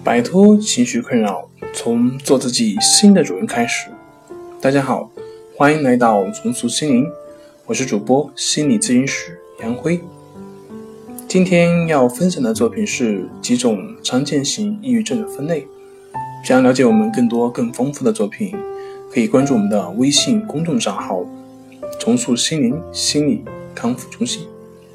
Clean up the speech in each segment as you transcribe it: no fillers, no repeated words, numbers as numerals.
摆脱情绪困扰，从做自己新的主人开始。大家好，欢迎来到重塑心灵，我是主播心理咨询师杨辉。今天要分享的作品是几种常见型抑郁症的分类。想了解我们更多更丰富的作品，可以关注我们的微信公众账号重塑心灵心理康复中心。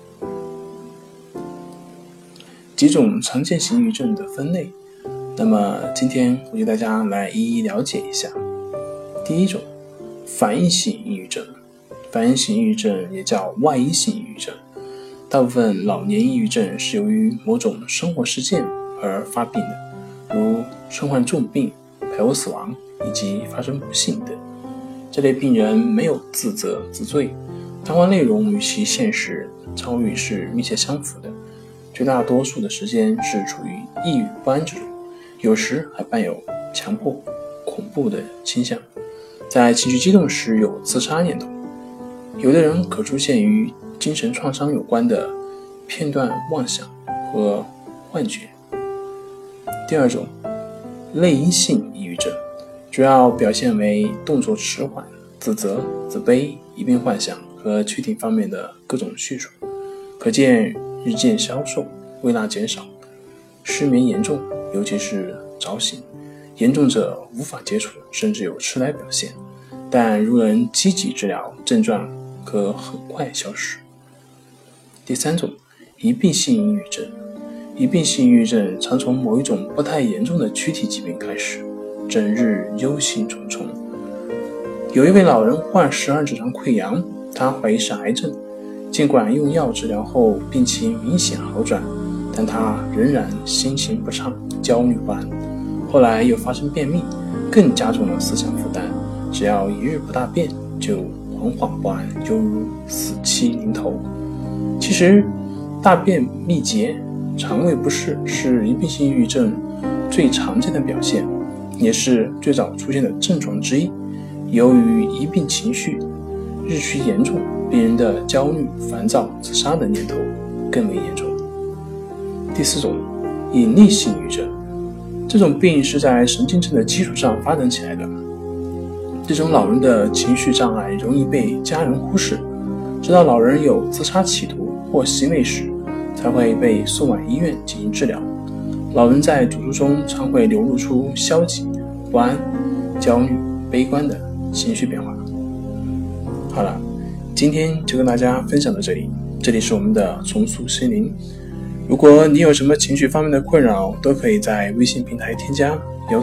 几种常见型抑郁症的分类，那么今天我给大家来一一了解一下。第一种，反应性抑郁症。反应性抑郁症也叫外因性抑郁症，大部分老年抑郁症是由于某种生活事件而发病的，如身患重病、配偶死亡以及发生不幸等。这类病人没有自责自罪，谈话内容与其现实遭遇是密切相符的，绝大多数的时间是处于抑郁不安之中，有时还伴有强迫、恐怖的倾向，在情绪激动时有自杀念头。有的人可出现与精神创伤有关的片段妄想和幻觉。第二种，类因性抑郁症，主要表现为动作迟缓、自责、自卑、疑病幻想和躯体方面的各种叙述，可见日渐消瘦，胃纳减少，失眠严重，尤其是早醒，严重者无法接触，甚至有痴呆表现，但如能积极治疗，症状可很快消失。第三种，疑病性抑郁症。疑病性抑郁症常从某一种不太严重的躯体疾病开始，整日忧心忡忡。有一位老人患十二指肠溃疡，他怀疑是癌症，尽管用药治疗后病情明显好转，但他仍然心情不畅，焦虑不安。后来又发生便秘，更加重了思想负担，只要一日不大便就惶惶不安，犹如死期临头。其实大便秘结、肠胃不适是疑病性抑郁症最常见的表现，也是最早出现的症状之一。由于疑病情绪日趋严重，病人的焦虑、烦躁、自杀的念头更为严重。第四种，隐匿性抑郁症。这种病是在神经症的基础上发展起来的。这种老人的情绪障碍容易被家人忽视，直到老人有自杀企图或行为时，才会被送往医院进行治疗。老人在主诉中常会流露出消极、不安、焦虑、悲观的情绪变化。好了，今天就跟大家分享到这里，这里是我们的重塑心灵。如果你有什么情绪方面的困扰，都可以在微信平台添加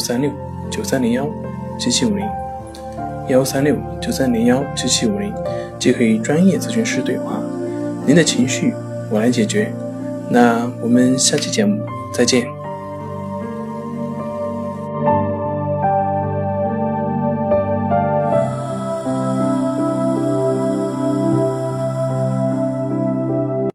136-9301-7750，136-9301-7750，即可与专业咨询师对话。您的情绪我来解决。那我们下期节目再见。